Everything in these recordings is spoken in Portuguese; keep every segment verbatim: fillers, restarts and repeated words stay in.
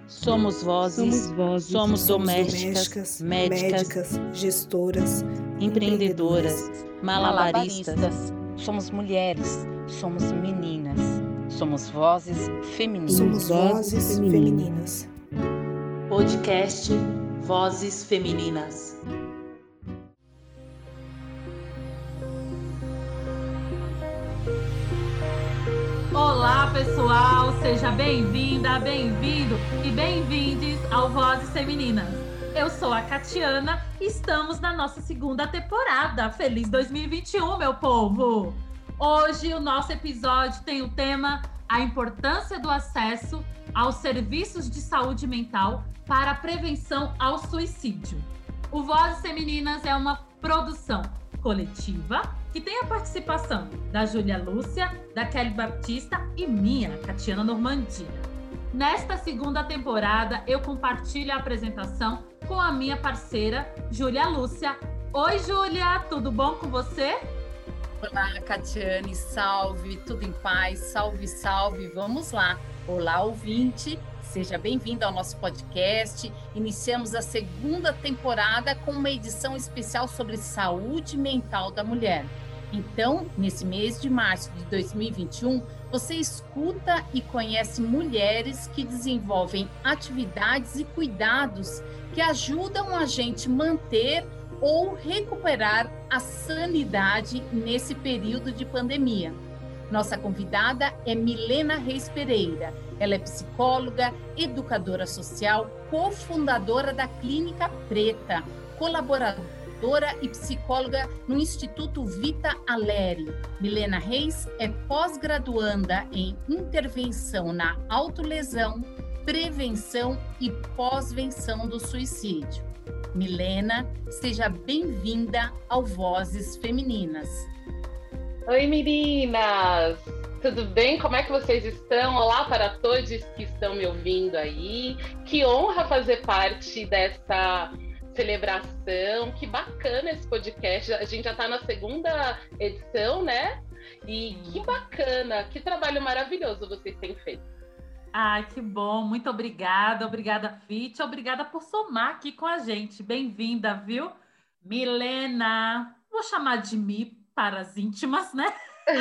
Somos vozes, Somos vozes, somos Somos domésticas, domésticas, médicas, médicas, gestoras, empreendedoras, malabaristas. malabaristas. Somos mulheres, somos meninas, somos vozes femininas. Somos vozes femininas. Podcast Vozes Femininas. Olá, pessoal! Seja bem-vinda, bem-vindo e bem-vindes ao Vozes Femininas. Eu sou a Catiana e estamos na nossa segunda temporada. Feliz dois mil e vinte e um, meu povo! Hoje o nosso episódio tem o tema A importância do acesso aos serviços de saúde mental para a prevenção ao suicídio. O Vozes Femininas é uma produção coletiva que tem a participação da Júlia Lúcia, da Kelly Baptista e minha, Catiana Normandia. Nesta segunda temporada, eu compartilho a apresentação com a minha parceira, Júlia Lúcia. Oi, Júlia, tudo bom com você? Olá, Catiane, salve, tudo em paz, salve, salve, vamos lá. Olá, ouvinte, seja bem-vindo ao nosso podcast. Iniciamos a segunda temporada com uma edição especial sobre saúde mental da mulher. Então, nesse mês de março de dois mil e vinte e um, você escuta e conhece mulheres que desenvolvem atividades e cuidados que ajudam a gente manter ou recuperar a sanidade nesse período de pandemia. Nossa convidada é Milena Reis Pereira. Ela é psicóloga, educadora social, cofundadora da Clínica Preta, colaboradora e psicóloga no Instituto Vita Aleri. Milena Reis é pós-graduanda em intervenção na autolesão, prevenção e pós-venção do suicídio. Milena, seja bem-vinda ao Vozes Femininas. Oi, meninas! Tudo bem? Como é que vocês estão? Olá para todos que estão me ouvindo aí. Que honra fazer parte dessa celebração. Que bacana esse podcast. A gente já está na segunda edição, né? E que bacana, que trabalho maravilhoso vocês têm feito. Ai, que bom. Muito obrigada. Obrigada, Vit. Obrigada por somar aqui com a gente. Bem-vinda, viu? Milena, vou chamar de Mi para as íntimas, né?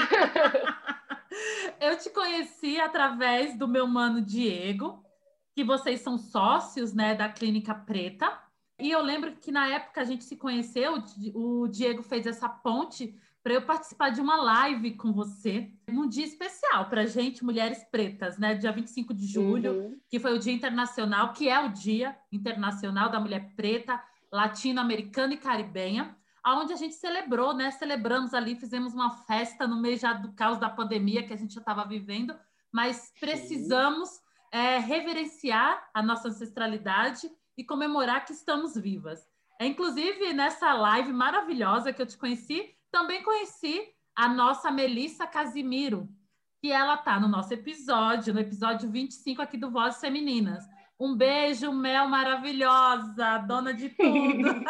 Eu te conheci através do meu mano Diego, que vocês são sócios, né, da Clínica Preta. E eu lembro que na época a gente se conheceu, o Diego fez essa ponte para eu participar de uma live com você, num dia especial para a gente, Mulheres Pretas, né? Dia vinte e cinco de julho, uhum. Que foi o Dia Internacional, que é o Dia Internacional da Mulher Preta, Latino-Americana e Caribenha, onde a gente celebrou, né? Celebramos ali, fizemos uma festa no meio já do caos da pandemia que a gente já estava vivendo, mas precisamos é, reverenciar a nossa ancestralidade e comemorar que estamos vivas. É, inclusive, nessa live maravilhosa que eu te conheci, também conheci a nossa Melissa Casimiro, que ela está no nosso episódio, no episódio vinte e cinco aqui do Vozes Femininas. Um beijo, Mel maravilhosa, dona de tudo.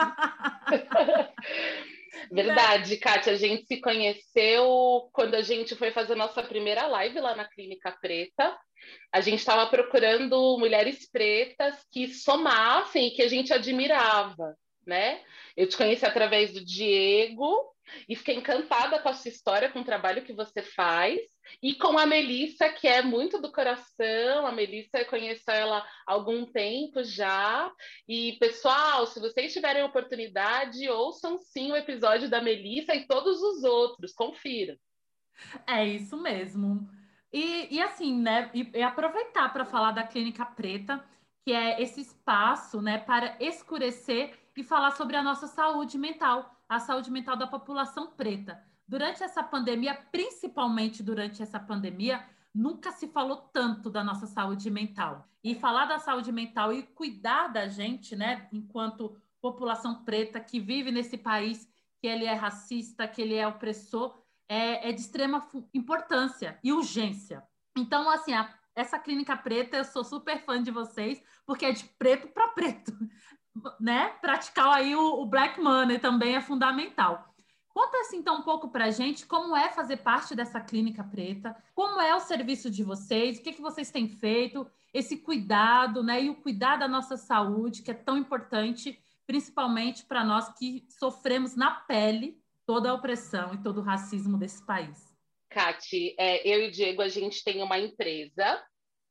Verdade, Kátia, a gente se conheceu quando a gente foi fazer nossa primeira live lá na Clínica Preta. A gente estava procurando mulheres pretas que somassem e que a gente admirava, né? Eu te conheci através do Diego e fiquei encantada com a sua história, com o trabalho que você faz, e com a Melissa, que é muito do coração. A Melissa, eu conheço ela há algum tempo já. E, pessoal, se vocês tiverem oportunidade, ouçam sim o episódio da Melissa e todos os outros, confiram. É isso mesmo. E, e assim, né, e, e aproveitar para falar da Clínica Preta, que é esse espaço, né, para escurecer e falar sobre a nossa saúde mental, a saúde mental da população preta. Durante essa pandemia, principalmente durante essa pandemia, nunca se falou tanto da nossa saúde mental. E falar da saúde mental e cuidar da gente, né, enquanto população preta que vive nesse país, que ele é racista, que ele é opressor, é, é de extrema importância e urgência. Então, assim, a, essa Clínica Preta, eu sou super fã de vocês, porque é de preto para preto, né? Praticar aí o, o Black Money também é fundamental. Conta assim, então, um pouco para a gente como é fazer parte dessa Clínica Preta, como é o serviço de vocês, o que, que vocês têm feito esse cuidado, né? E o cuidar da nossa saúde, que é tão importante, principalmente para nós que sofremos na pele toda a opressão e todo o racismo desse país. Cati, é, eu e o Diego, a gente tem uma empresa,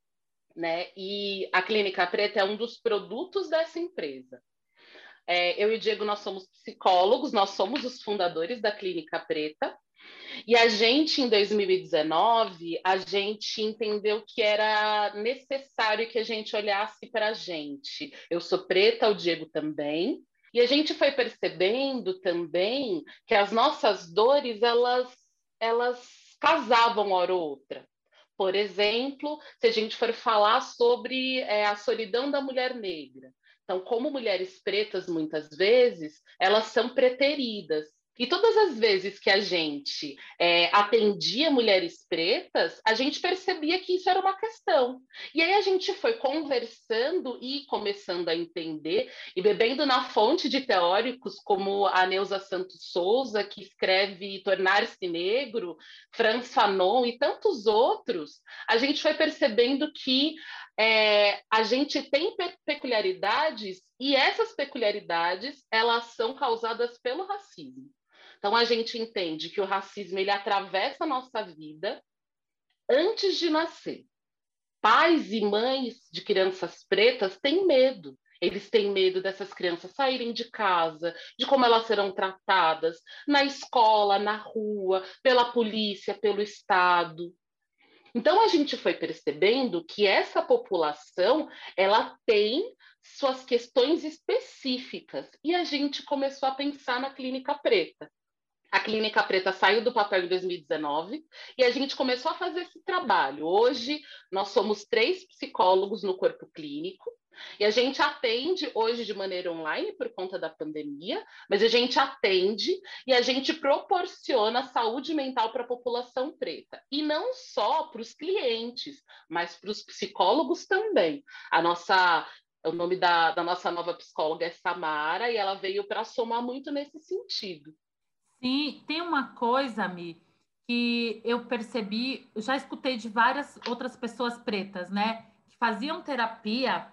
né? E a Clínica Preta é um dos produtos dessa empresa. É, eu e o Diego, nós somos psicólogos, nós somos os fundadores da Clínica Preta. E a gente, em dois mil e dezenove, a gente entendeu que era necessário que a gente olhasse para a gente. Eu sou preta, o Diego também. E a gente foi percebendo também que as nossas dores, elas, elas casavam hora ou outra. Por exemplo, se a gente for falar sobre é, a solidão da mulher negra. Então, como mulheres pretas, muitas vezes, elas são preteridas. E todas as vezes que a gente é, atendia mulheres pretas, a gente percebia que isso era uma questão. E aí a gente foi conversando e começando a entender, e bebendo na fonte de teóricos como a Neuza Santos Souza, que escreve Tornar-se Negro, Frantz Fanon e tantos outros, a gente foi percebendo que é, a gente tem pe- peculiaridades, e essas peculiaridades, elas são causadas pelo racismo. Então, a gente entende que o racismo, ele atravessa a nossa vida antes de nascer. Pais e mães de crianças pretas têm medo. Eles têm medo dessas crianças saírem de casa, de como elas serão tratadas na escola, na rua, pela polícia, pelo Estado. Então, a gente foi percebendo que essa população, ela tem suas questões específicas. E a gente começou a pensar na Clínica Preta. A Clínica Preta saiu do papel em dois mil e dezenove e a gente começou a fazer esse trabalho. Hoje, nós somos três psicólogos no corpo clínico e a gente atende hoje de maneira online por conta da pandemia, mas a gente atende e a gente proporciona saúde mental para a população preta. E não só para os clientes, mas para os psicólogos também. A nossa... O nome da, da nossa nova psicóloga é Samara e ela veio para somar muito nesse sentido. Sim, tem uma coisa, Mi, que eu percebi, eu já escutei de várias outras pessoas pretas, né, que faziam terapia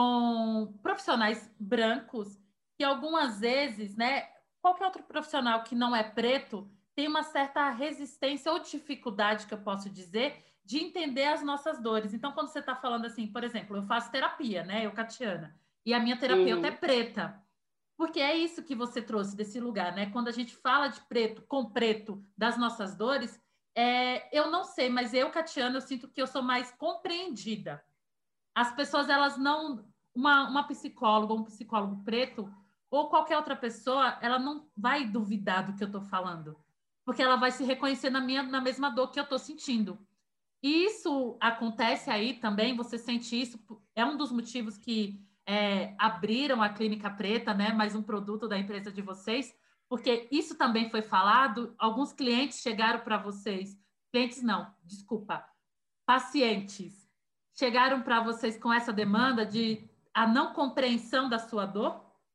com profissionais brancos, que algumas vezes, né, qualquer outro profissional que não é preto tem uma certa resistência ou dificuldade, que eu posso dizer, de entender as nossas dores. Então, quando você está falando assim, por exemplo, eu faço terapia, né, eu, Catiana, e a minha terapeuta Uhum. é preta. Porque é isso que você trouxe desse lugar, né? Quando a gente fala de preto com preto das nossas dores, é, eu não sei, mas eu, Catiana, eu sinto que eu sou mais compreendida. As pessoas, elas não... Uma, uma psicóloga, um psicólogo preto, ou qualquer outra pessoa, ela não vai duvidar do que eu estou falando, porque ela vai se reconhecer na, minha, na mesma dor que eu estou sentindo. E isso acontece aí também, você sente isso, é um dos motivos que... É, abriram a Clínica Preta, né, mais um produto da empresa de vocês, porque isso também foi falado, alguns clientes chegaram para vocês, clientes não, desculpa, pacientes, chegaram para vocês com essa demanda de a não compreensão da sua dor?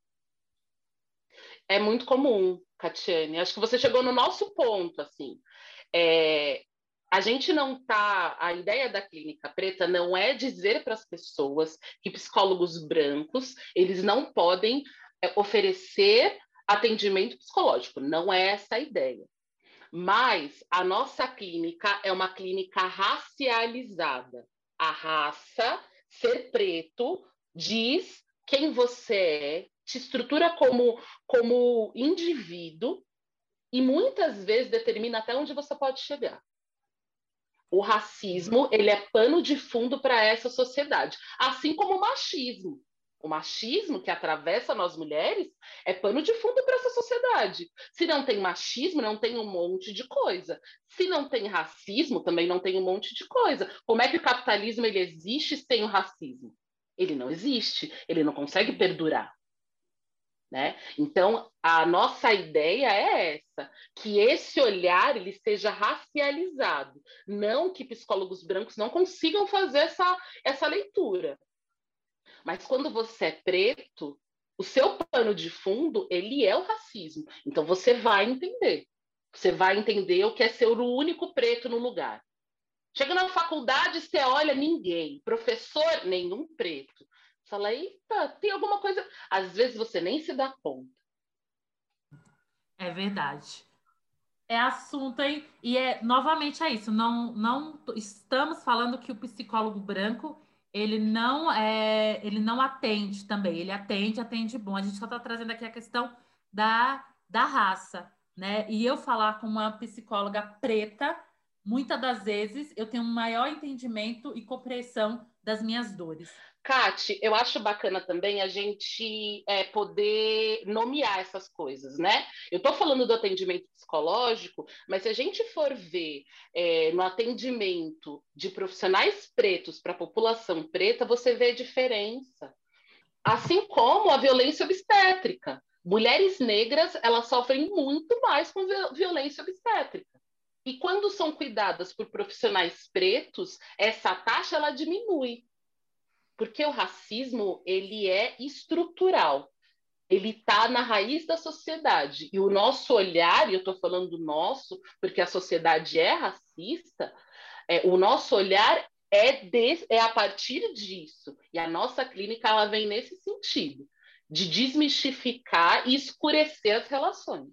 É muito comum, Catiane, acho que você chegou no nosso ponto, assim, é... A gente não tá. A ideia da Clínica Preta não é dizer para as pessoas que psicólogos brancos eles não podem é, oferecer atendimento psicológico. Não é essa a ideia. Mas a nossa clínica é uma clínica racializada. A raça, ser preto, diz quem você é, te estrutura como, como indivíduo e muitas vezes determina até onde você pode chegar. O racismo, ele é pano de fundo para essa sociedade, assim como o machismo. O machismo que atravessa nós mulheres é pano de fundo para essa sociedade. Se não tem machismo, não tem um monte de coisa. Se não tem racismo, também não tem um monte de coisa. Como é que o capitalismo ele existe sem o racismo? Ele não existe, ele não consegue perdurar. Né? Então, a nossa ideia é essa, que esse olhar ele seja racializado, não que psicólogos brancos não consigam fazer essa, essa leitura. Mas quando você é preto, o seu pano de fundo, ele é o racismo. Então, você vai entender. Você vai entender o que é ser o único preto no lugar. Chega na faculdade, você olha, ninguém. Professor, nenhum preto. Você fala, eita, tem alguma coisa... Às vezes você nem se dá conta. É verdade. É assunto, hein? E é, novamente é isso. Não, não estamos falando que o psicólogo branco ele não é, ele não atende também. Ele atende, atende bom. A gente só está trazendo aqui a questão da, da raça, né? E eu falar com uma psicóloga preta, muitas das vezes eu tenho um maior entendimento e compreensão das minhas dores. Kati, eu acho bacana também a gente é, poder nomear essas coisas, né? Eu estou falando do atendimento psicológico, mas se a gente for ver é, no atendimento de profissionais pretos para a população preta, você vê a diferença. Assim como a violência obstétrica. Mulheres negras, elas sofrem muito mais com violência obstétrica. E quando são cuidadas por profissionais pretos, essa taxa ela diminui. Porque o racismo, ele é estrutural. Ele está na raiz da sociedade. E o nosso olhar, e eu estou falando do nosso, porque a sociedade é racista, é, o nosso olhar é, de, é a partir disso. E a nossa clínica ela vem nesse sentido, de desmistificar e escurecer as relações.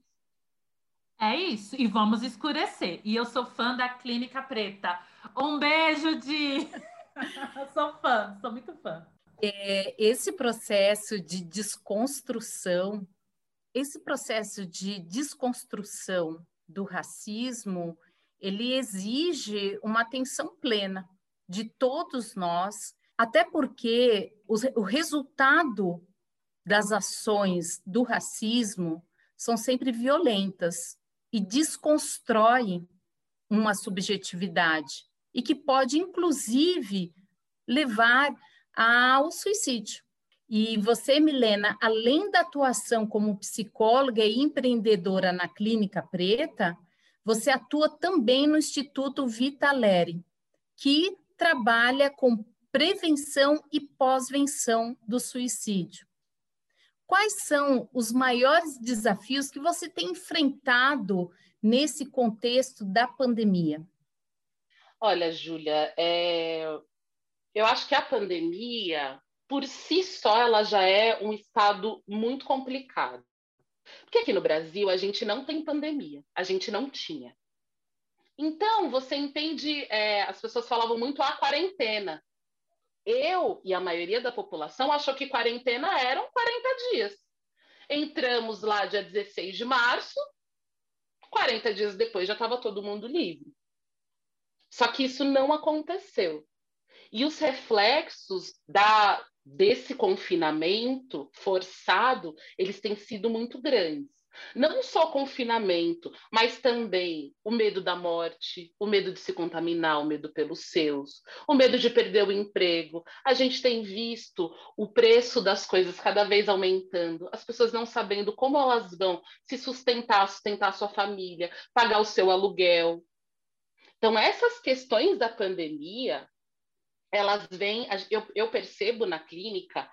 É isso, e vamos escurecer. E eu sou fã da Clínica Preta. Um beijo, Di! Sou fã, sou muito fã. É, esse processo de desconstrução, esse processo de desconstrução do racismo, ele exige uma atenção plena de todos nós, até porque o, o resultado das ações do racismo são sempre violentas e desconstroem uma subjetividade e que pode, inclusive, levar ao suicídio. E você, Milena, além da atuação como psicóloga e empreendedora na Clínica Preta, você atua também no Instituto Vitaleri, que trabalha com prevenção e pós-venção do suicídio. Quais são os maiores desafios que você tem enfrentado nesse contexto da pandemia? Olha, Júlia, é... eu acho que a pandemia, por si só, ela já é um estado muito complicado. Porque aqui no Brasil, a gente não tem pandemia, a gente não tinha. Então, você entende, é, as pessoas falavam muito a quarentena. Eu e a maioria da população achou que quarentena eram quarenta dias. Entramos lá dia dezesseis de março, quarenta dias depois já estava todo mundo livre. Só que isso não aconteceu. E os reflexos da, desse confinamento forçado, eles têm sido muito grandes. Não só o confinamento, mas também o medo da morte, o medo de se contaminar, o medo pelos seus, o medo de perder o emprego. A gente tem visto o preço das coisas cada vez aumentando, as pessoas não sabendo como elas vão se sustentar, sustentar a sua família, pagar o seu aluguel. Então, essas questões da pandemia, elas vêm, eu, eu percebo na clínica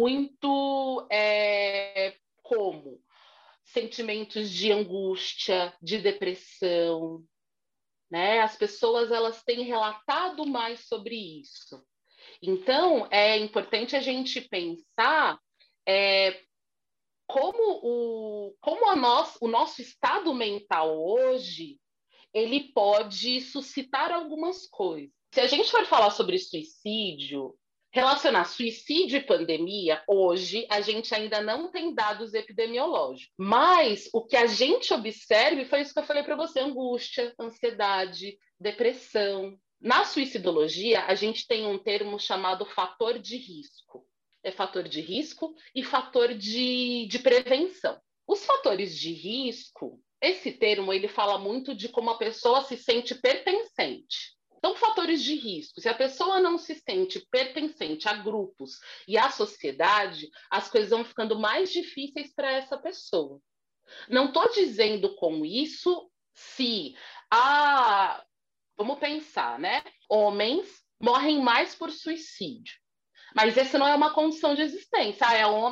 muito é, como sentimentos de angústia, de depressão, né? As pessoas elas têm relatado mais sobre isso. Então, é importante a gente pensar é, como, o, como a nós, o nosso estado mental hoje ele pode suscitar algumas coisas. Se a gente for falar sobre suicídio, relacionar suicídio e pandemia, hoje a gente ainda não tem dados epidemiológicos. Mas o que a gente observa, foi isso que eu falei para você, angústia, ansiedade, depressão. Na suicidologia, a gente tem um termo chamado fator de risco. É fator de risco e fator de, de prevenção. Os fatores de risco, esse termo ele fala muito de como a pessoa se sente pertencente. Então, fatores de risco. Se a pessoa não se sente pertencente a grupos e à sociedade, as coisas vão ficando mais difíceis para essa pessoa. Não estou dizendo com isso se a... Vamos pensar, né? Homens morrem mais por suicídio. Mas essa não é uma condição de existência. Ah, é homem,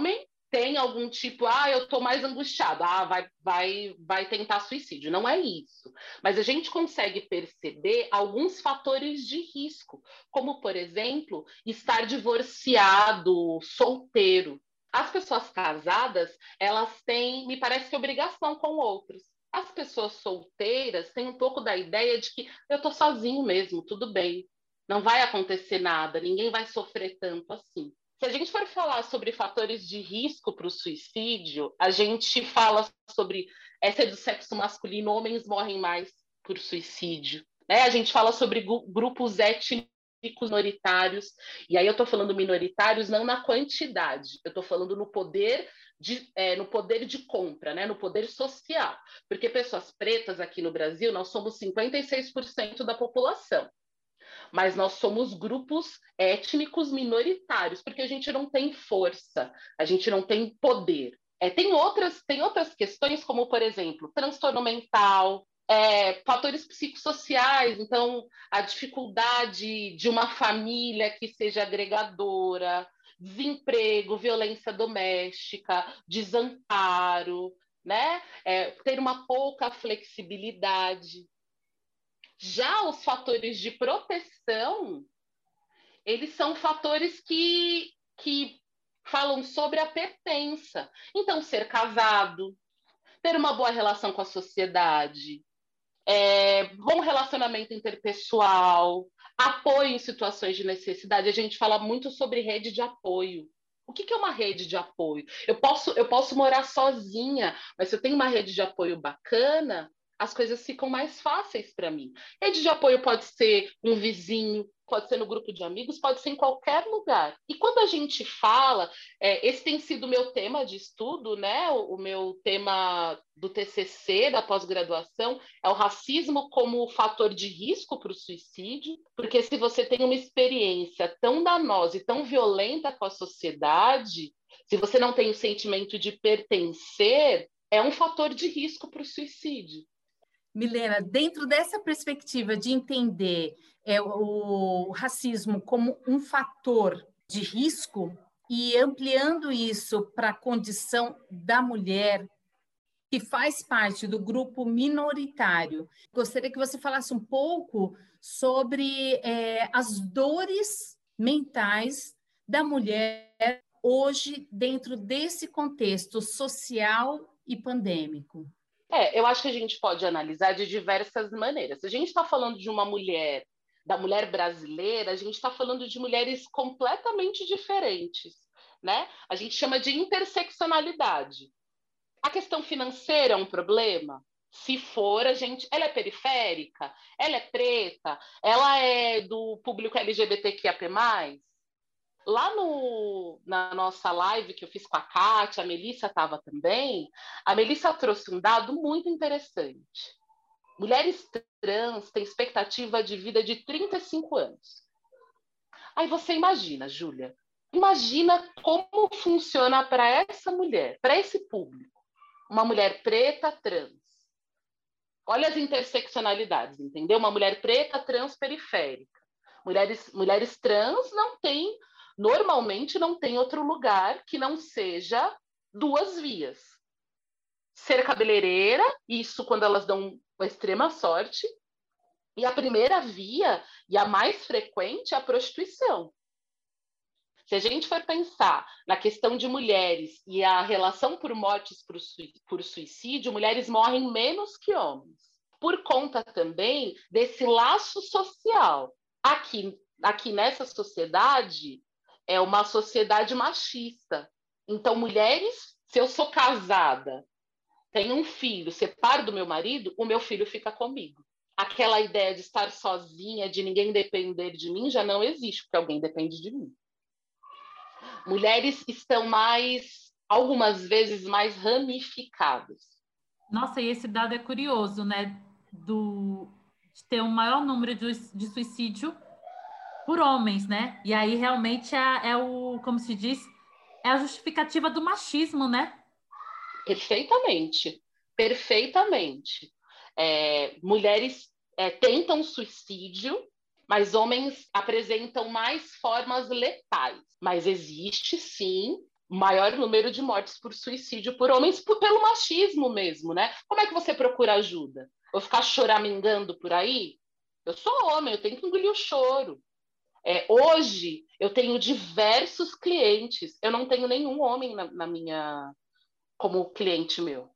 tem algum tipo, ah, eu estou mais angustiada, ah, vai, vai, vai tentar suicídio. Não é isso. Mas a gente consegue perceber alguns fatores de risco, como, por exemplo, estar divorciado, solteiro. As pessoas casadas, elas têm, me parece que, obrigação com outros. As pessoas solteiras têm um pouco da ideia de que eu estou sozinho mesmo, tudo bem. Não vai acontecer nada, ninguém vai sofrer tanto assim. Se a gente for falar sobre fatores de risco para o suicídio, a gente fala sobre, essa é do sexo masculino, homens morrem mais por suicídio. Né? A gente fala sobre grupos étnicos minoritários, e aí eu estou falando minoritários não na quantidade, eu estou falando no poder de, é, no poder de compra, né? No poder social. Porque pessoas pretas aqui no Brasil, nós somos cinquenta e seis por cento da população. Mas nós somos grupos étnicos minoritários, porque a gente não tem força, a gente não tem poder. É, tem, outras, tem outras questões, como, por exemplo, transtorno mental, é, fatores psicossociais, então, a dificuldade de uma família que seja agregadora, desemprego, violência doméstica, desamparo, né? É, ter uma pouca flexibilidade. Já os fatores de proteção, eles são fatores que, que falam sobre a pertença. Então, ser casado, ter uma boa relação com a sociedade, é, bom relacionamento interpessoal, apoio em situações de necessidade. A gente fala muito sobre rede de apoio. O que, que é uma rede de apoio? Eu posso, eu posso morar sozinha, mas se eu tenho uma rede de apoio bacana, as coisas ficam mais fáceis para mim. Rede de apoio pode ser um vizinho, pode ser no grupo de amigos, pode ser em qualquer lugar. E quando a gente fala, é, esse tem sido o meu tema de estudo, né? O, o meu tema do T C C, da pós-graduação, é o racismo como fator de risco para o suicídio, porque se você tem uma experiência tão danosa e tão violenta com a sociedade, se você não tem o sentimento de pertencer, é um fator de risco para o suicídio. Milena, dentro dessa perspectiva de entender é, o racismo como um fator de risco e ampliando isso para a condição da mulher que faz parte do grupo minoritário, gostaria que você falasse um pouco sobre é, as dores mentais da mulher hoje dentro desse contexto social e pandêmico. É, eu acho que a gente pode analisar de diversas maneiras. Se a gente está falando de uma mulher, da mulher brasileira, a gente está falando de mulheres completamente diferentes, né? A gente chama de interseccionalidade. A questão financeira é um problema? Se for, a gente... Ela é periférica? Ela é preta? Ela é do público L G B T Q I A P mais? Lá no, na nossa live que eu fiz com a Kátia, a Melissa estava também, a Melissa trouxe um dado muito interessante. Mulheres trans têm expectativa de vida de trinta e cinco anos. Aí você imagina, Júlia, imagina como funciona para essa mulher, para esse público, uma mulher preta trans. Olha as interseccionalidades, entendeu? Uma mulher preta trans periférica. Mulheres, mulheres trans não têm... Normalmente não tem outro lugar que não seja duas vias. Ser cabeleireira, isso quando elas dão uma extrema sorte, e a primeira via, e a mais frequente, é a prostituição. Se a gente for pensar na questão de mulheres e a relação por mortes por suicídio, mulheres morrem menos que homens. Por conta também desse laço social. Aqui, aqui nessa sociedade... é uma sociedade machista. Então, mulheres, se eu sou casada, tenho um filho, separo do meu marido, o meu filho fica comigo. Aquela ideia de estar sozinha, de ninguém depender de mim, já não existe, porque alguém depende de mim. Mulheres estão mais, algumas vezes, mais ramificadas. Nossa, e esse dado é curioso, né? Do, de ter um maior número de, de suicídio por homens, né? E aí realmente é, é o, como se diz, é a justificativa do machismo, né? Perfeitamente, perfeitamente. É, mulheres é, tentam suicídio, mas homens apresentam mais formas letais. Mas existe, sim, maior número de mortes por suicídio por homens, por, pelo machismo mesmo, né? Como é que você procura ajuda? Vou ficar choramingando por aí? Eu sou homem, eu tenho que engolir o choro. É, hoje, eu tenho diversos clientes, eu não tenho nenhum homem na, na minha, como cliente meu.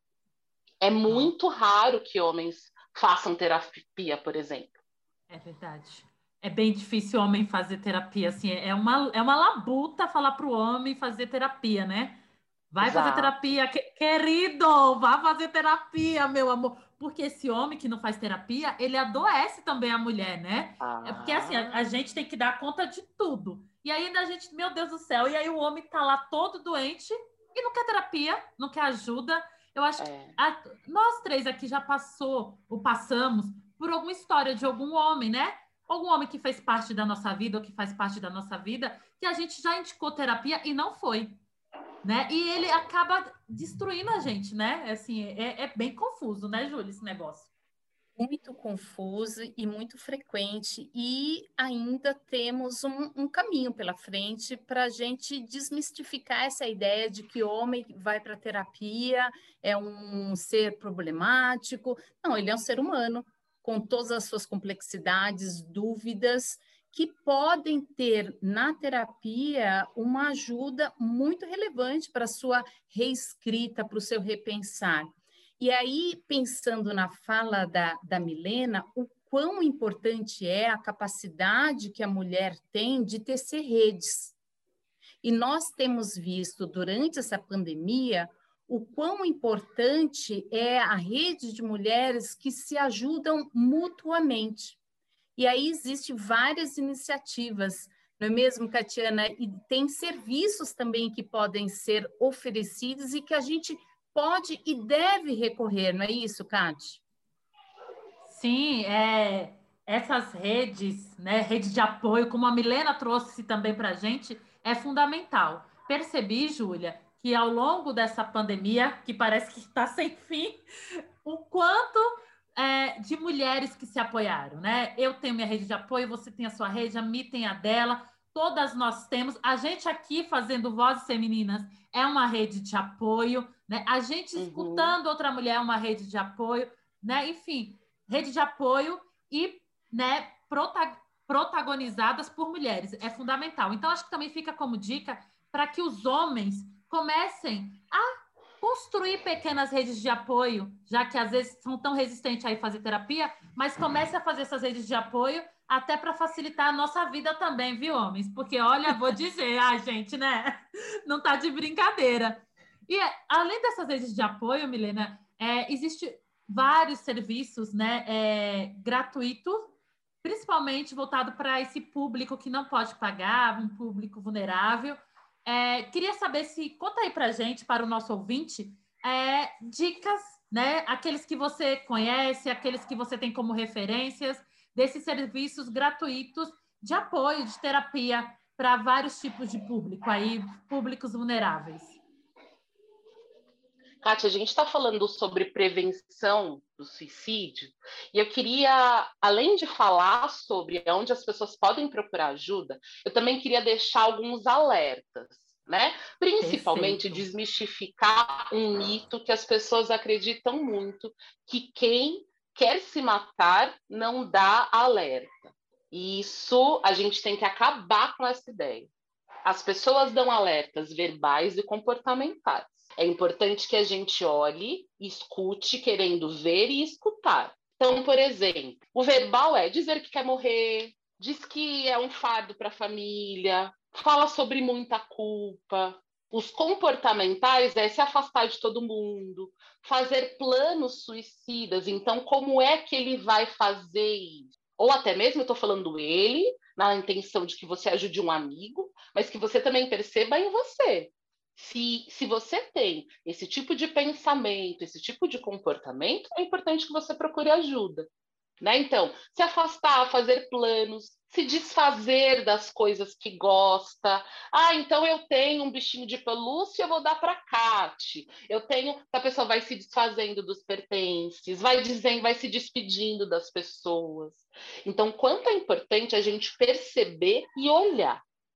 É muito raro que homens façam terapia, por exemplo. É verdade. É bem difícil o homem fazer terapia, assim, é uma, é uma labuta falar para o homem fazer terapia, né? Vai fazer Exato. terapia, que- querido, vá fazer terapia, meu amor. Porque esse homem que não faz terapia, ele adoece também a mulher, né? É porque assim, a, a Ah, gente tem que dar conta de tudo. E aí a gente, meu Deus do céu, e aí o homem tá lá todo doente e não quer terapia, não quer ajuda. Eu acho que é. a- nós três aqui já passou ou passamos por alguma história de algum homem, né? Algum homem que fez parte da nossa vida ou que faz parte da nossa vida, que a gente já indicou terapia e não foi, né? E ele acaba destruindo a gente, né? Assim, é, é bem confuso, né, Júlia, esse negócio. Muito confuso e muito frequente, e ainda temos um, um caminho pela frente para a gente desmistificar essa ideia de que homem vai para terapia é um ser problemático. Não, ele é um ser humano, com todas as suas complexidades, dúvidas, que podem ter na terapia uma ajuda muito relevante para a sua reescrita, para o seu repensar. E aí, pensando na fala da, da Milena, o quão importante é a capacidade que a mulher tem de tecer redes. E nós temos visto durante essa pandemia o quão importante é a rede de mulheres que se ajudam mutuamente. E aí existem várias iniciativas, não é mesmo, Catiana? E tem serviços também que podem ser oferecidos e que a gente pode e deve recorrer, não é isso, Cati? Sim, é, essas redes, né, rede de apoio, como a Milena trouxe também para a gente, é fundamental. Percebi, Júlia, que ao longo dessa pandemia, que parece que está sem fim, o quanto é, de mulheres que se apoiaram, né? Eu tenho minha rede de apoio, você tem a sua rede, a Mi tem a dela, todas nós temos. A gente aqui fazendo Vozes Femininas é uma rede de apoio, né? A gente Uhum. escutando outra mulher é uma rede de apoio, né? Enfim, rede de apoio e, né, prota protagonizadas por mulheres. É fundamental. Então, acho que também fica como dica para que os homens comecem a construir pequenas redes de apoio, já que às vezes são tão resistentes a ir fazer terapia, mas comece a fazer essas redes de apoio até para facilitar a nossa vida também, viu, homens? Porque, olha, vou dizer, ai, gente, né? Não tá de brincadeira. E além dessas redes de apoio, Milena, é, existe vários serviços, né, é, gratuitos, principalmente voltado para esse público que não pode pagar, um público vulnerável. É, queria saber se, conta aí para gente, para o nosso ouvinte, é, dicas, né, aqueles que você conhece, aqueles que você tem como referências, desses serviços gratuitos de apoio, de terapia para vários tipos de público, aí, públicos vulneráveis. Kátia, a gente está falando sobre prevenção do suicídio, e eu queria, além de falar sobre onde as pessoas podem procurar ajuda, eu também queria deixar alguns alertas, né? Principalmente Perfeito. desmistificar um mito que as pessoas acreditam muito, que quem quer se matar não dá alerta. E isso a gente tem que acabar com essa ideia. As pessoas dão alertas verbais e comportamentais. É importante que a gente olhe, escute, querendo ver e escutar. Então, por exemplo, o verbal é dizer que quer morrer, diz que é um fardo para a família, fala sobre muita culpa. Os comportamentais é se afastar de todo mundo, fazer planos suicidas. Então, como é que ele vai fazer isso? Ou até mesmo, eu estou falando ele, na intenção de que você ajude um amigo, mas que você também perceba em você. Se, se você tem esse tipo de pensamento, esse tipo de comportamento, é importante que você procure ajuda. Né? Então, se afastar, fazer planos, se desfazer das coisas que gosta. Ah, então eu tenho um bichinho de pelúcia, eu vou dar para a Cate. Eu tenho, a pessoa vai se desfazendo dos pertences, vai dizendo, vai se despedindo das pessoas. Então, quanto é importante a gente perceber e olhar.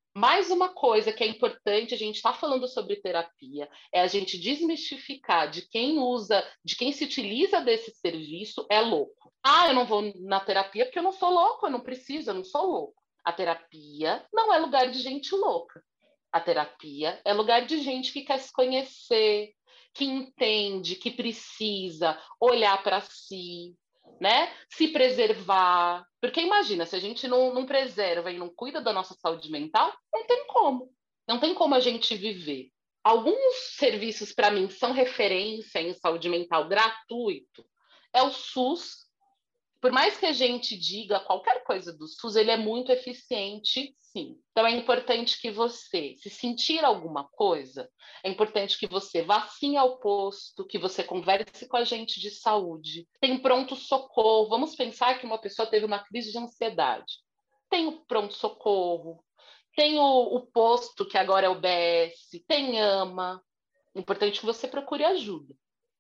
Mais uma coisa que é importante, a gente está falando sobre terapia, é a gente desmistificar de quem usa, de quem se utiliza desse serviço é louco. Ah, eu não vou na terapia porque eu não sou louco, eu não preciso, eu não sou louco. A terapia não é lugar de gente louca. A terapia é lugar de gente que quer se conhecer, que entende, que precisa olhar para si, né? Se preservar. Porque imagina, se a gente não, não preserva e não cuida da nossa saúde mental, não tem como. Não tem como a gente viver. Alguns serviços, para mim, são referência em saúde mental gratuito. É o SUS. Por mais que a gente diga qualquer coisa do SUS, ele é muito eficiente, sim. Então, é importante que você, se sentir alguma coisa, é importante que você vá sim ao posto, que você converse com a gente de saúde. Tem pronto-socorro. Vamos pensar que uma pessoa teve uma crise de ansiedade. Tem o pronto-socorro, tem o, o posto, que agora é o B S, tem AMA. É importante que você procure ajuda.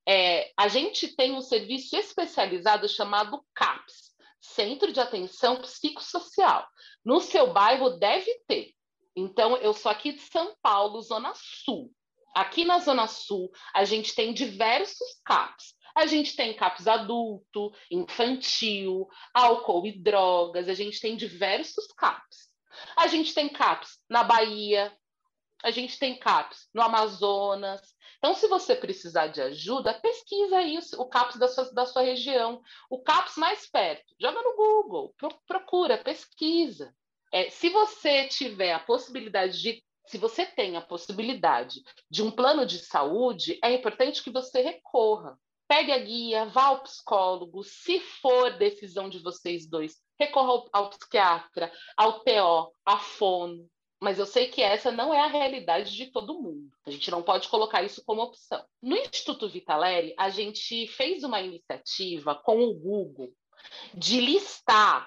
É, a gente tem um serviço especializado chamado CAPS, Centro de Atenção Psicossocial. No seu bairro deve ter. Então, eu sou aqui de São Paulo, Zona Sul. Aqui na Zona Sul, a gente tem diversos CAPS. A gente tem CAPS adulto, infantil, álcool e drogas. A gente tem diversos CAPS. A gente tem CAPS na Bahia. A gente tem CAPS no Amazonas. Então, se você precisar de ajuda, pesquisa aí o, o CAPS da sua, da sua região, o CAPS mais perto. Joga no Google, pro, procura, pesquisa. É, se você tiver a possibilidade de, se você tem a possibilidade de um plano de saúde, é importante que você recorra. Pegue a guia, vá ao psicólogo, se for decisão de vocês dois, recorra ao, ao psiquiatra, ao T O, à fono. Mas eu sei que essa não é a realidade de todo mundo. A gente não pode colocar isso como opção. No Instituto Vitaleri, a gente fez uma iniciativa com o Google de listar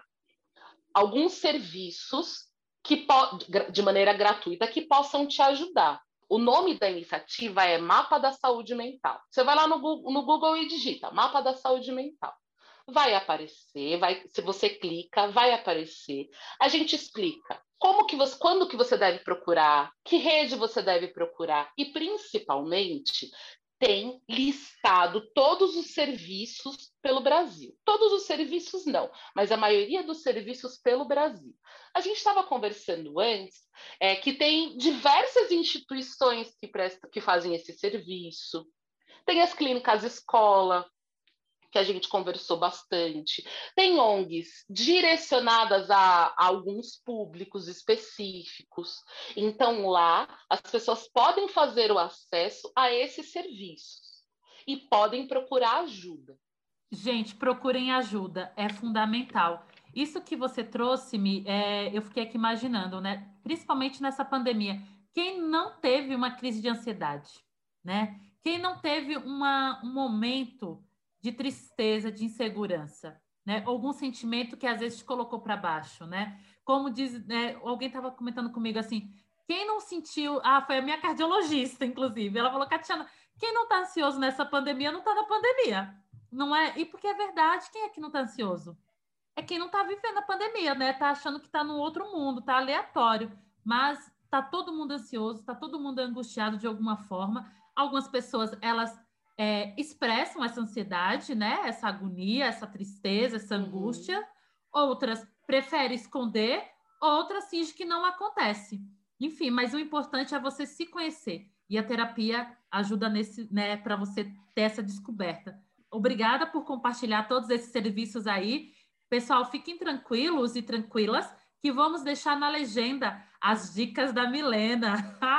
alguns serviços que de maneira gratuita que possam te ajudar. O nome da iniciativa é Mapa da Saúde Mental. Você vai lá no Google, no Google e digita Mapa da Saúde Mental. Vai aparecer, vai, se você clica, vai aparecer. A gente explica como que você, quando que você deve procurar, que rede você deve procurar e, principalmente, tem listado todos os serviços pelo Brasil. Todos os serviços não, mas a maioria dos serviços pelo Brasil. A gente estava conversando antes é, que tem diversas instituições que, prestam, que fazem esse serviço. Tem as clínicas escola, que a gente conversou bastante. Tem O N Gs direcionadas a, a alguns públicos específicos. Então, lá, as pessoas podem fazer o acesso a esses serviços e podem procurar ajuda. Gente, procurem ajuda, é fundamental. Isso que você trouxe, me, é, eu fiquei aqui imaginando, né? Principalmente nessa pandemia. Quem não teve uma crise de ansiedade, né? Quem não teve uma, um momento de tristeza, de insegurança, né? Algum sentimento que às vezes te colocou para baixo, né? Como diz, né? Alguém estava comentando comigo assim, quem não sentiu... Ah, foi a minha cardiologista, inclusive. Ela falou, Catiana, quem não está ansioso nessa pandemia não está na pandemia, não é? E porque é verdade, quem é que não está ansioso? É quem não está vivendo a pandemia, né? Está achando que está num outro mundo, está aleatório, mas está todo mundo ansioso, está todo mundo angustiado de alguma forma. Algumas pessoas, elas É, expressam essa ansiedade, né? Essa agonia, essa tristeza, essa angústia. Uhum. Outras preferem esconder, outras fingem que não acontece. Enfim, mas o importante é você se conhecer. E a terapia ajuda nesse, né, para você ter essa descoberta. Obrigada por compartilhar todos esses serviços aí. Pessoal, fiquem tranquilos e tranquilas, que vamos deixar na legenda as dicas da Milena.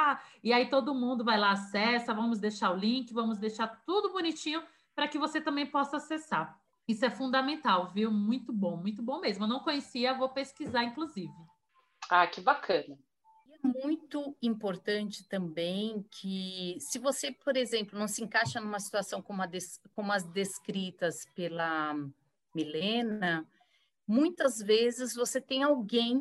E aí todo mundo vai lá, acessa, vamos deixar o link, vamos deixar tudo bonitinho para que você também possa acessar. Isso é fundamental, viu? Muito bom, muito bom mesmo. Eu não conhecia, vou pesquisar, inclusive. Ah, que bacana. É muito importante também que, se você, por exemplo, não se encaixa numa situação como, a des, como as descritas pela Milena, muitas vezes você tem alguém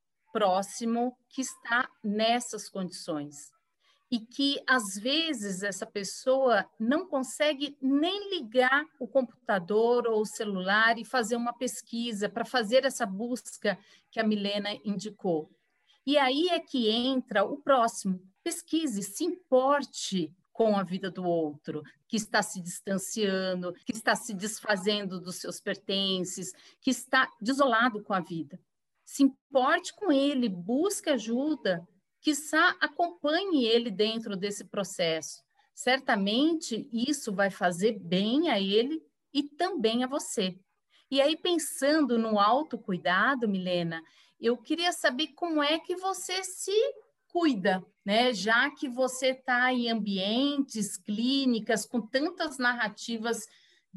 próximo que está nessas condições e que, às vezes, essa pessoa não consegue nem ligar o computador ou o celular e fazer uma pesquisa para fazer essa busca que a Milena indicou. E aí é que entra o próximo. Pesquise, se importe com a vida do outro, que está se distanciando, que está se desfazendo dos seus pertences, que está desolado com a vida. Se importe com ele, busque ajuda, quiçá acompanhe ele dentro desse processo. Certamente isso vai fazer bem a ele e também a você. E aí, pensando no autocuidado, Milena, eu queria saber como é que você se cuida, né? Já que você está em ambientes, clínicas, com tantas narrativas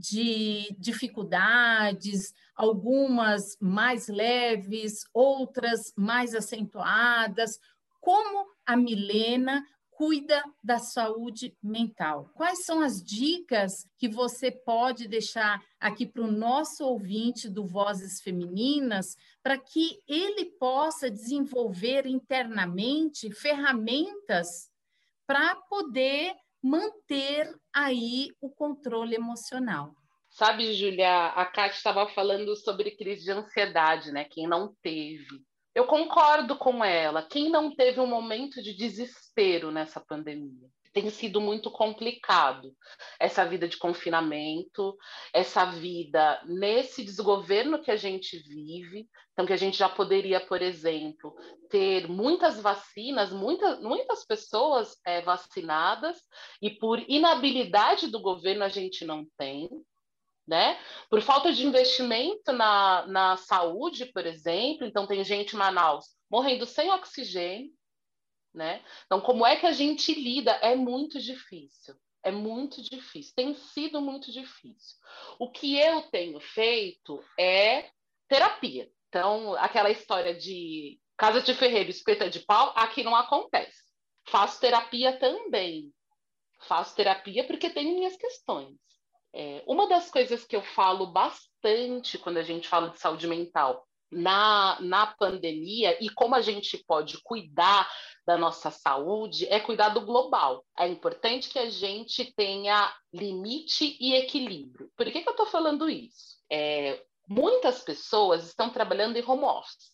de dificuldades, algumas mais leves, outras mais acentuadas. Como a Milena cuida da saúde mental? Quais são as dicas que você pode deixar aqui para o nosso ouvinte do Vozes Femininas, para que ele possa desenvolver internamente ferramentas para poder manter aí o controle emocional? Sabe, Júlia, a Kátia estava falando sobre crise de ansiedade, né? Quem não teve. Eu concordo com ela. Quem não teve um momento de desespero nessa pandemia? Tem sido muito complicado essa vida de confinamento, essa vida nesse desgoverno que a gente vive. Então, que a gente já poderia, por exemplo, ter muitas vacinas, muitas, muitas pessoas é, vacinadas, e por inabilidade do governo a gente não tem. Né? Por falta de investimento na, na saúde, por exemplo, então tem gente em Manaus morrendo sem oxigênio, né? Então, como é que a gente lida? É muito difícil, é muito difícil, tem sido muito difícil. O que eu tenho feito é terapia. Então, aquela história de casa de ferreiro, espeta de pau, aqui não acontece. Faço terapia também, faço terapia porque tenho minhas questões. É, uma das coisas que eu falo bastante quando a gente fala de saúde mental na, na pandemia e como a gente pode cuidar da nossa saúde é cuidar do global. É importante que a gente tenha limite e equilíbrio. Por que que eu estou falando isso? É, muitas pessoas estão trabalhando em home office.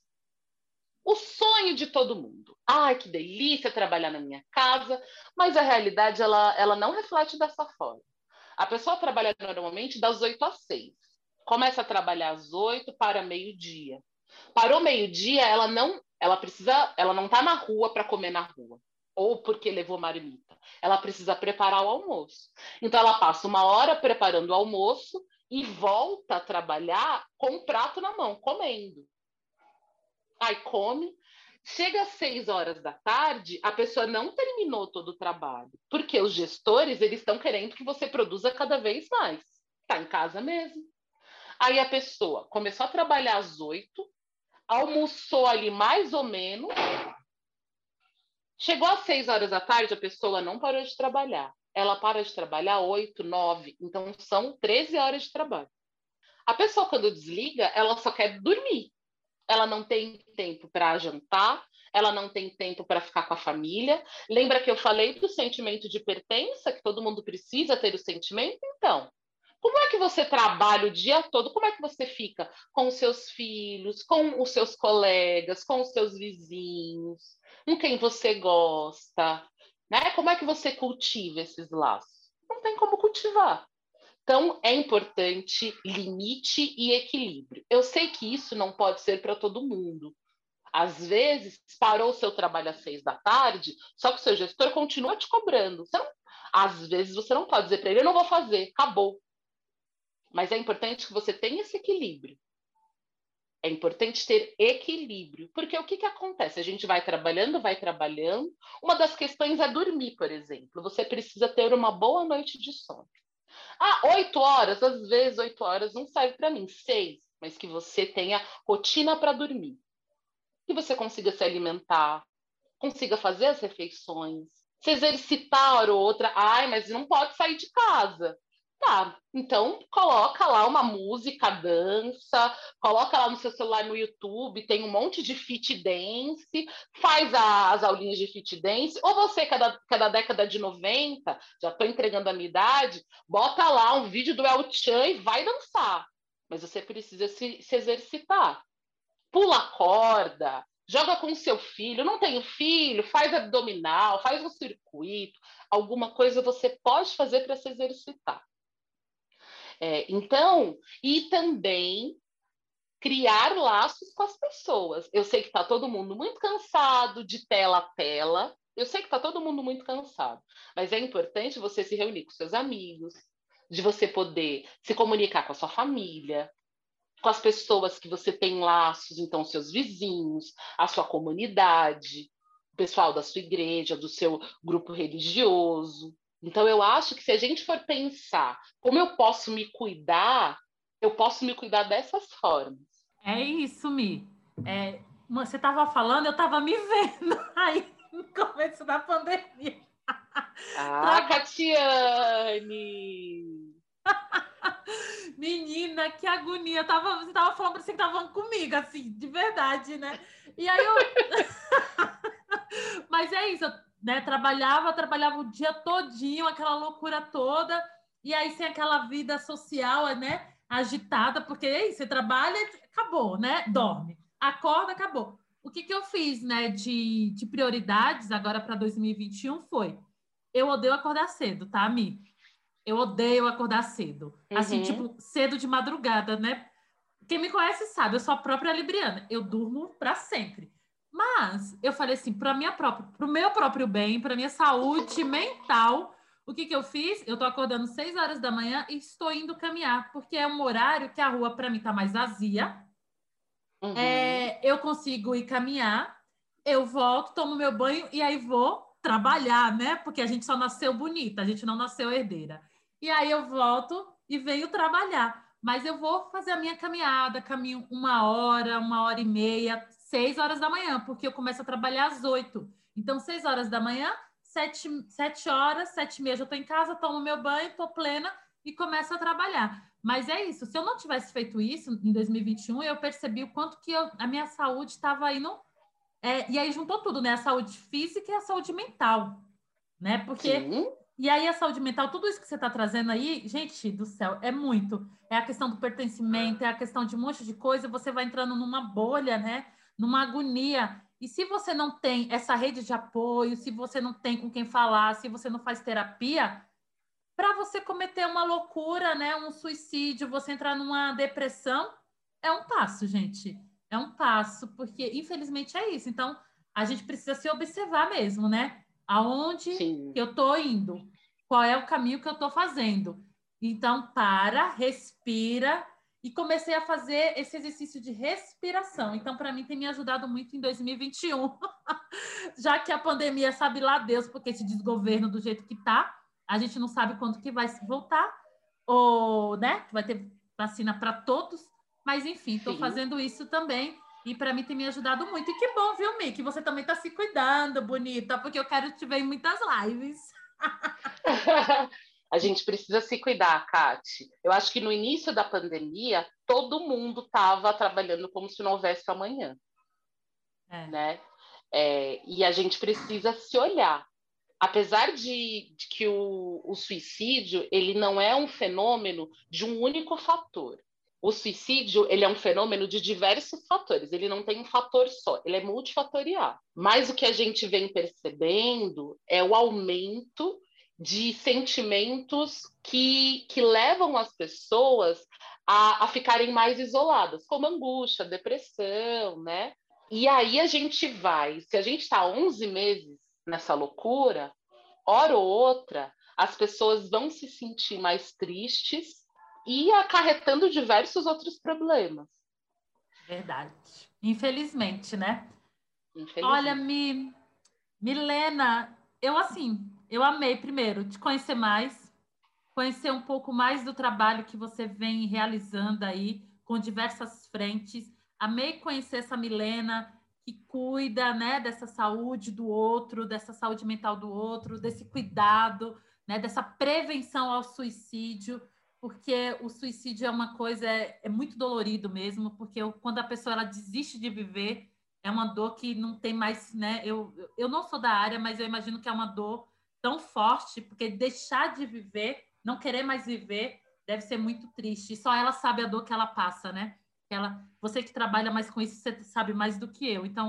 O sonho de todo mundo. Ai, que delícia trabalhar na minha casa, mas a realidade ela, ela não reflete dessa forma. A pessoa trabalha normalmente das oito às seis. Começa a trabalhar às oito para meio-dia. Parou meio-dia, ela não, ela precisa, ela não está na rua para comer na rua, ou porque levou marmita. Ela precisa preparar o almoço. Então ela passa uma hora preparando o almoço e volta a trabalhar com o prato na mão, comendo. Aí come. Chega às seis horas da tarde, a pessoa não terminou todo o trabalho, porque os gestores eles estão querendo que você produza cada vez mais. Está em casa mesmo. Aí a pessoa começou a trabalhar às oito, almoçou ali mais ou menos, chegou às seis horas da tarde, a pessoa não parou de trabalhar. Ela para de trabalhar oito, nove, então são treze horas de trabalho. A pessoa, quando desliga, ela só quer dormir. Ela não tem tempo para jantar, ela não tem tempo para ficar com a família. Lembra que eu falei do sentimento de pertença, que todo mundo precisa ter o sentimento? Então, como é que você trabalha o dia todo? Como é que você fica com os seus filhos, com os seus colegas, com os seus vizinhos, com quem você gosta? Né? Como é que você cultiva esses laços? Não tem como cultivar. Então, é importante limite e equilíbrio. Eu sei que isso não pode ser para todo mundo. Às vezes, parou o seu trabalho às seis da tarde, só que o seu gestor continua te cobrando. Você não, às vezes, você não pode dizer para ele, eu não vou fazer, acabou. Mas é importante que você tenha esse equilíbrio. É importante ter equilíbrio. Porque o que, que acontece? A gente vai trabalhando, vai trabalhando. Uma das questões é dormir, por exemplo. Você precisa ter uma boa noite de sono. Ah, oito horas, às vezes oito horas não serve para mim, seis, mas que você tenha rotina para dormir. Que você consiga se alimentar, consiga fazer as refeições, se exercitar hora ou outra. Ai, mas não pode sair de casa. Tá, então coloca lá uma música, dança, coloca lá no seu celular no YouTube, tem um monte de fit dance, faz a, as aulinhas de fit dance, ou você que é da, que é da década de noventa, já estou entregando a minha idade, bota lá um vídeo do El Chan e vai dançar, mas você precisa se, se exercitar. Pula corda, Joga com o seu filho, não tenho filho, faz abdominal, faz um circuito, alguma coisa você pode fazer para se exercitar. É, então, e também criar laços com as pessoas. Eu sei que está todo mundo muito cansado de tela a tela, eu sei que está todo mundo muito cansado, mas é importante você se reunir com seus amigos, de você poder se comunicar com a sua família, com as pessoas que você tem laços, então seus vizinhos, a sua comunidade, o pessoal da sua igreja, do seu grupo religioso. Então eu acho que se a gente for pensar como eu posso me cuidar, eu posso me cuidar dessas formas. É isso, Mi. É, você estava falando, eu estava me vendo aí no começo da pandemia. Ah, Catiane! Menina, que agonia. Eu tava, você estava falando, parecia que estava falando comigo, assim, de verdade, né? E aí eu... Mas é isso, eu, né? Trabalhava, trabalhava o dia todinho, aquela loucura toda, e aí sem aquela vida social, né? Agitada, porque aí você trabalha, acabou, né? Dorme. Acorda, acabou. O que, que eu fiz, né, de, de prioridades agora para dois mil e vinte e um foi: eu odeio acordar cedo, tá, Mi? Eu odeio acordar cedo. Uhum. Assim, tipo, cedo de madrugada, né? Quem me conhece sabe, eu sou a própria libriana. Eu durmo para sempre. Mas eu falei assim, para minha própria, para o meu próprio bem, para minha saúde mental, o que, que eu fiz? Eu tô acordando seis horas da manhã e estou indo caminhar, porque é um horário que a rua para mim tá mais vazia. Uhum. É, eu consigo ir caminhar, eu volto, tomo meu banho e aí vou trabalhar, né? Porque a gente só nasceu bonita, a gente não nasceu herdeira. E aí eu volto e venho trabalhar. Mas eu vou fazer a minha caminhada, caminho uma hora, uma hora e meia, seis horas da manhã, porque eu começo a trabalhar às oito. Então, seis horas da manhã, sete, sete horas, sete e meia, já estou em casa, tomo meu banho, estou plena e começo a trabalhar. Mas é isso, se eu não tivesse feito isso em dois mil e vinte e um, eu percebi o quanto que eu, a minha saúde estava indo... É, e aí juntou tudo, né? A saúde física e a saúde mental, né? Porque... Sim. E aí a saúde mental, tudo isso que você está trazendo aí, gente do céu, é muito. É a questão do pertencimento, é a questão de um monte de coisa, você vai entrando numa bolha, né? Numa agonia. E se você não tem essa rede de apoio, se você não tem com quem falar, se você não faz terapia, para você cometer uma loucura, né? Um suicídio, você entrar numa depressão, é um passo, gente. É um passo, porque infelizmente é isso. Então, a gente precisa se observar mesmo, né? Aonde Sim. que eu estou indo? Qual é o caminho que eu estou fazendo? Então, para, respira, e comecei a fazer esse exercício de respiração. Então, para mim, tem me ajudado muito em dois mil e vinte e um, já que a pandemia, sabe lá Deus, porque esse desgoverno do jeito que está, a gente não sabe quando que vai voltar, ou, né, que vai ter vacina para todos, mas, enfim, estou fazendo isso também. E para mim tem me ajudado muito. E que bom, viu, Mi? Que você também está se cuidando, bonita, porque eu quero te ver em muitas lives. A gente precisa se cuidar, Kati. Eu acho que no início da pandemia, todo mundo estava trabalhando como se não houvesse amanhã. É. Né? É, e a gente precisa se olhar. Apesar de, de que o, o suicídio ele não é um fenômeno de um único fator. O suicídio ele é um fenômeno de diversos fatores, ele não tem um fator só, ele é multifatorial. Mas o que a gente vem percebendo é o aumento de sentimentos que, que levam as pessoas a, a ficarem mais isoladas, como angústia, depressão, né? E aí a gente vai, se a gente está onze meses nessa loucura, hora ou outra, as pessoas vão se sentir mais tristes e acarretando diversos outros problemas. Verdade. Infelizmente, né? Infelizmente. Olha, Mi, Milena, eu assim, eu amei primeiro te conhecer mais, conhecer um pouco mais do trabalho que você vem realizando aí com diversas frentes. Amei conhecer essa Milena que cuida, né, dessa saúde do outro, dessa saúde mental do outro, desse cuidado, né, dessa prevenção ao suicídio, porque o suicídio é uma coisa, é, é muito dolorido mesmo, porque eu, quando a pessoa ela desiste de viver, é uma dor que não tem mais, né? Eu, eu não sou da área, mas eu imagino que é uma dor tão forte, porque deixar de viver, não querer mais viver, deve ser muito triste. E só ela sabe a dor que ela passa, né? Ela, você que trabalha mais com isso, você sabe mais do que eu. Então,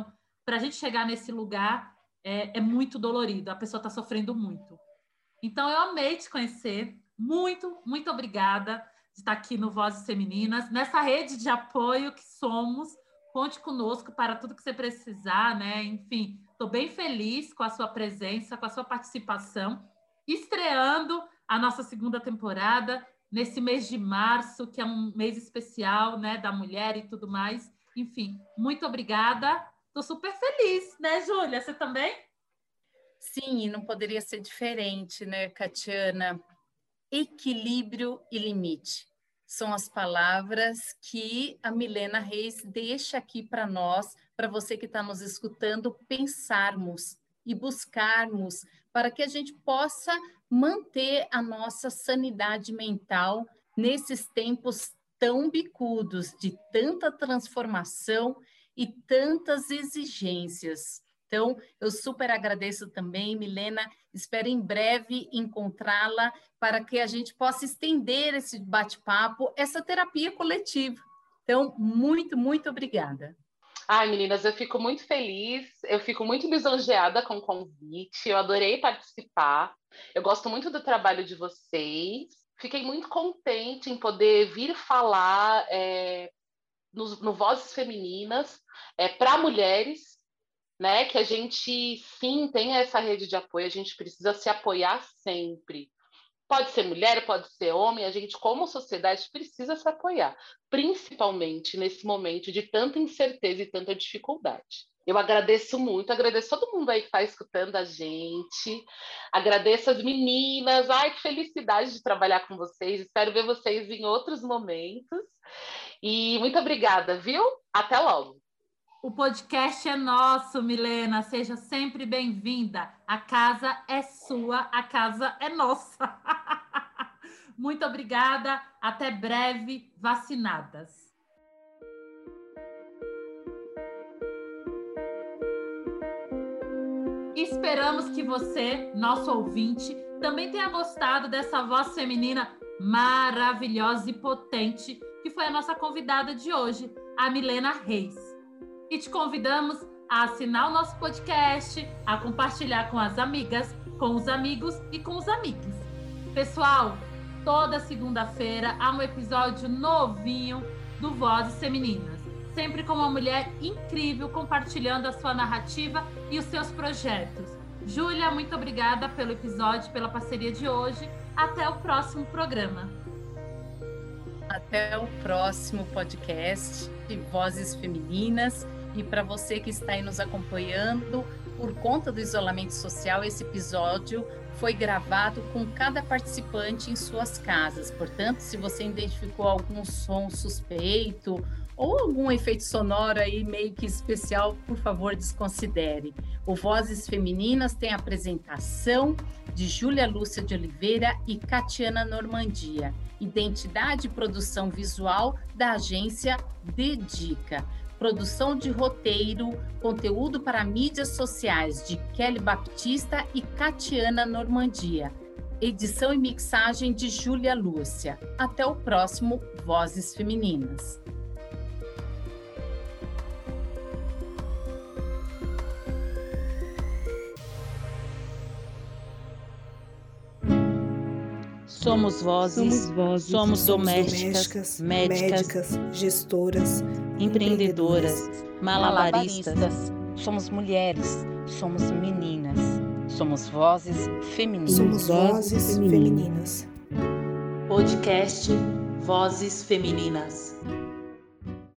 para a gente chegar nesse lugar é, é muito dolorido, a pessoa está sofrendo muito. Então, eu amei te conhecer, muito, muito obrigada de estar aqui no Vozes Femininas, nessa rede de apoio que somos. Conte conosco para tudo que você precisar, né? Enfim, estou bem feliz com a sua presença, com a sua participação, estreando a nossa segunda temporada nesse mês de março, que é um mês especial, né, da mulher e tudo mais. Enfim, muito obrigada. Estou super feliz, né, Júlia? Você também? Sim, e não poderia ser diferente, né, Catiana? Equilíbrio e limite. São as palavras que a Milena Reis deixa aqui para nós, para você que está nos escutando, pensarmos e buscarmos para que a gente possa manter a nossa sanidade mental nesses tempos tão bicudos, de tanta transformação e tantas exigências. Então, eu super agradeço também, Milena, espero em breve encontrá-la para que a gente possa estender esse bate-papo, essa terapia coletiva. Então, muito, muito obrigada. Ai, meninas, eu fico muito feliz, eu fico muito lisonjeada com o convite, eu adorei participar, eu gosto muito do trabalho de vocês, fiquei muito contente em poder vir falar é, no, no Vozes Femininas é, para mulheres, né, que a gente, sim, tem essa rede de apoio, a gente precisa se apoiar sempre. Pode ser mulher, pode ser homem, a gente, como sociedade, precisa se apoiar, principalmente nesse momento de tanta incerteza e tanta dificuldade. Eu agradeço muito, agradeço todo mundo aí que está escutando a gente, agradeço as meninas, ai, que felicidade de trabalhar com vocês, espero ver vocês em outros momentos, e muito obrigada, viu? Até logo! O podcast é nosso, Milena. Seja sempre bem-vinda. A casa é sua, a casa é nossa. Muito obrigada. Até breve, vacinadas. Esperamos que você, nosso ouvinte, também tenha gostado dessa voz feminina maravilhosa e potente, que foi a nossa convidada de hoje, a Milena Reis. E te convidamos a assinar o nosso podcast, a compartilhar com as amigas, com os amigos e com os amigos. Pessoal, toda segunda-feira há um episódio novinho do Vozes Femininas, sempre com uma mulher incrível compartilhando a sua narrativa e os seus projetos. Júlia, muito obrigada pelo episódio, pela parceria de hoje. Até o próximo programa. Até o próximo podcast de Vozes Femininas. E para você que está aí nos acompanhando, por conta do isolamento social, esse episódio foi gravado com cada participante em suas casas. Portanto, se você identificou algum som suspeito ou algum efeito sonoro aí meio que especial, por favor, desconsidere. O Vozes Femininas tem a apresentação de Júlia Lúcia de Oliveira e Catiana Normandia. Identidade e produção visual da agência Dedica. Produção de roteiro, conteúdo para mídias sociais de Kelly Baptista e Catiana Normandia. Edição e mixagem de Júlia Lúcia. Até o próximo Vozes Femininas. Somos vozes, Somos vozes, somos somos domésticas, domésticas, médicas, médicas, gestoras, empreendedoras, malabaristas. Somos mulheres, somos meninas, somos vozes femininas. Somos vozes femininas. Podcast Vozes Femininas.